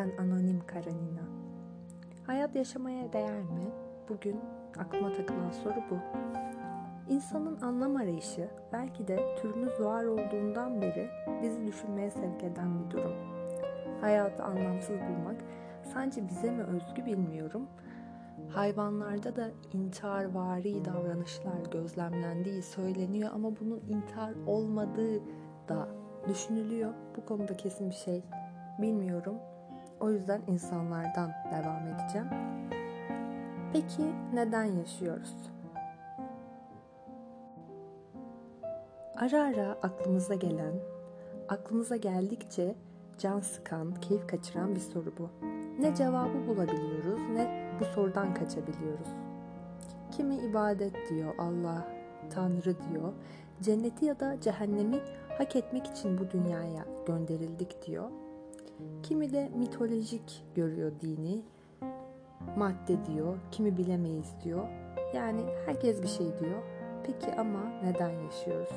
Ben Anonim Karanina. Hayat yaşamaya değer mi? Bugün aklıma takılan soru bu. İnsanın anlam arayışı belki de türümüz var olduğundan beri bizi düşünmeye sevk eden bir durum. Hayatı anlamsız bulmak sence bize mi özgü bilmiyorum. Hayvanlarda da intiharvari davranışlar gözlemlendiği söyleniyor ama bunun intihar olmadığı da düşünülüyor. Bu konuda kesin bir şey bilmiyorum. O yüzden insanlardan devam edeceğim. Peki neden yaşıyoruz? Ara ara aklımıza geldikçe can sıkan, keyif kaçıran bir soru bu. Ne cevabı bulabiliyoruz ne bu sorudan kaçabiliyoruz. Kimi ibadet diyor, Allah, Tanrı diyor. Cenneti ya da cehennemi hak etmek için bu dünyaya gönderildik diyor. Kimi de mitolojik görüyor dini, madde diyor, kimi bilemeyiz diyor. Yani herkes bir şey diyor. Peki ama neden yaşıyoruz?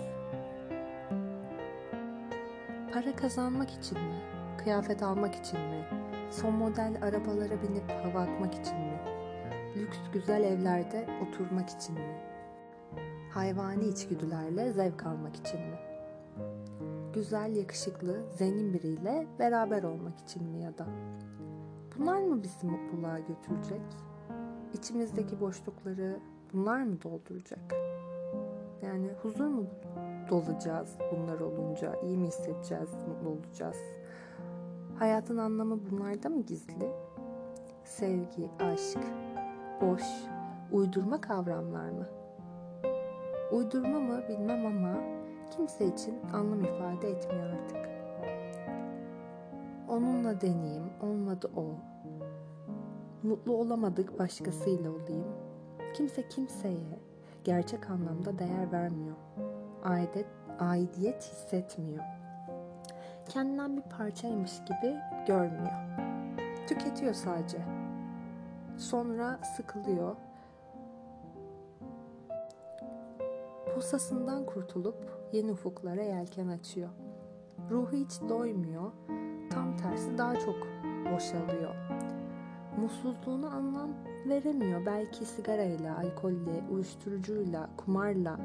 Para kazanmak için mi? Kıyafet almak için mi? Son model arabalara binip hava atmak için mi? Lüks güzel evlerde oturmak için mi? Hayvani içgüdülerle zevk almak için mi? Güzel, yakışıklı, zengin biriyle beraber olmak için mi ya da? Bunlar mı bizi mutluluğa götürecek? İçimizdeki boşlukları bunlar mı dolduracak? Yani huzur mu dolacağız bunlar olunca? İyi mi hissedeceğiz, mutlu olacağız? Hayatın anlamı bunlarda mı gizli? Sevgi, aşk, boş, uydurma kavramlar mı? Uydurma mı bilmem ama kimse için anlam ifade etmiyor artık. Onunla deneyeyim, olmadı o. Mutlu olamadık, başkasıyla olayım. Kimse kimseye gerçek anlamda değer vermiyor. Aidiyet hissetmiyor. Kendinden bir parçaymış gibi görmüyor. Tüketiyor sadece. Sonra sıkılıyor. Posasından kurtulup yeni ufuklara yelken açıyor. Ruhu hiç doymuyor. Tam tersi daha çok boşalıyor. Mutsuzluğuna anlam veremiyor. Belki sigarayla, alkolle, uyuşturucuyla, kumarla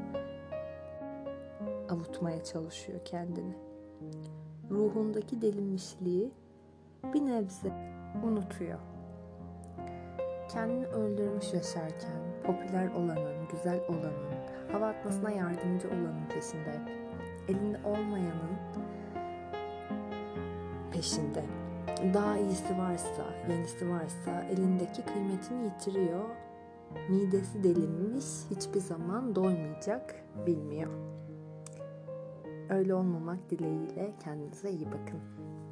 avutmaya çalışıyor kendini. Ruhundaki delinmişliği bir nebze unutuyor. Kendini öldürmüş yaşarken popüler olanın, güzel olanın, hava atmasına yardımcı olanın peşinde, elinde olmayanın peşinde. Daha iyisi varsa, yenisi varsa elindeki kıymetini yitiriyor. Midesi delinmiş, hiçbir zaman doymayacak, bilmiyor. Öyle olmamak dileğiyle kendinize iyi bakın.